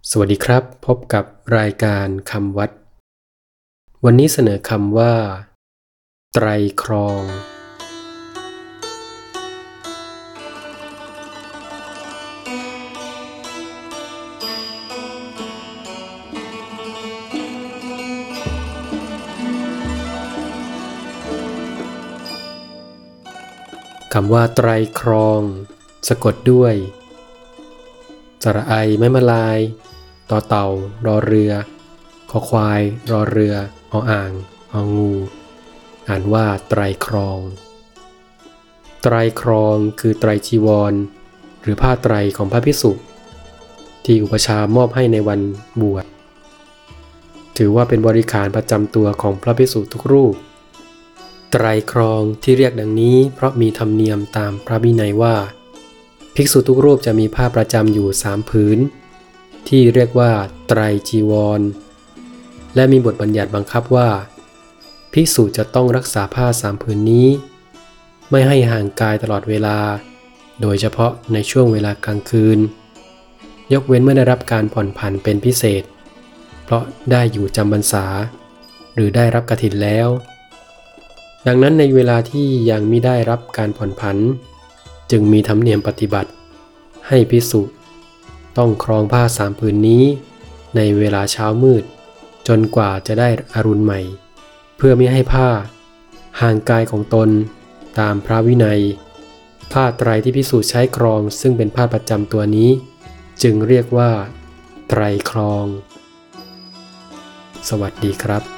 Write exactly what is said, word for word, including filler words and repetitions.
สวัสดีครับพบกับรายการคำวัดวันนี้เสนอคำว่าไตรครองคำว่าไตรครองสะกดด้วยสระไอไม้มะลายต่อเต่ารอเรือคอควายรอเรือออ่างองูอ่านว่าไตรครองไตรครองคือไตรจีวรหรือผ้าไตรของพระภิกษุที่อุปชามอบให้ในวันบวชถือว่าเป็นบริขารประจำตัวของพระภิกษุทุกรูปไตรครองที่เรียกดังนี้เพราะมีธรรมเนียมตามพระวินัยว่าภิกษุทุกรูปจะมีผ้าประจำอยู่สามผืนที่เรียกว่าไตรจีวรและมีบทบัญญัติบังคับว่าภิกษุจะต้องรักษาผ้าสามผืนนี้ไม่ให้ห่างกายตลอดเวลาโดยเฉพาะในช่วงเวลากลางคืนยกเว้นเมื่อได้รับการผ่อนผันเป็นพิเศษเพราะได้อยู่จำพรรษาหรือได้รับกฐินแล้วดังนั้นในเวลาที่ยังมิได้รับการผ่อนผันจึงมีธรรมเนียมปฏิบัติให้ภิกษุต้องครองผ้าสามผืนนี้ในเวลาเช้ามืดจนกว่าจะได้อรุณใหม่เพื่อไม่ให้ผ้าห่างกายของตนตามพระวินัยผ้าไตรที่ภิกษุใช้ครองซึ่งเป็นผ้าประจำตัวนี้จึงเรียกว่าไตรครองสวัสดีครับ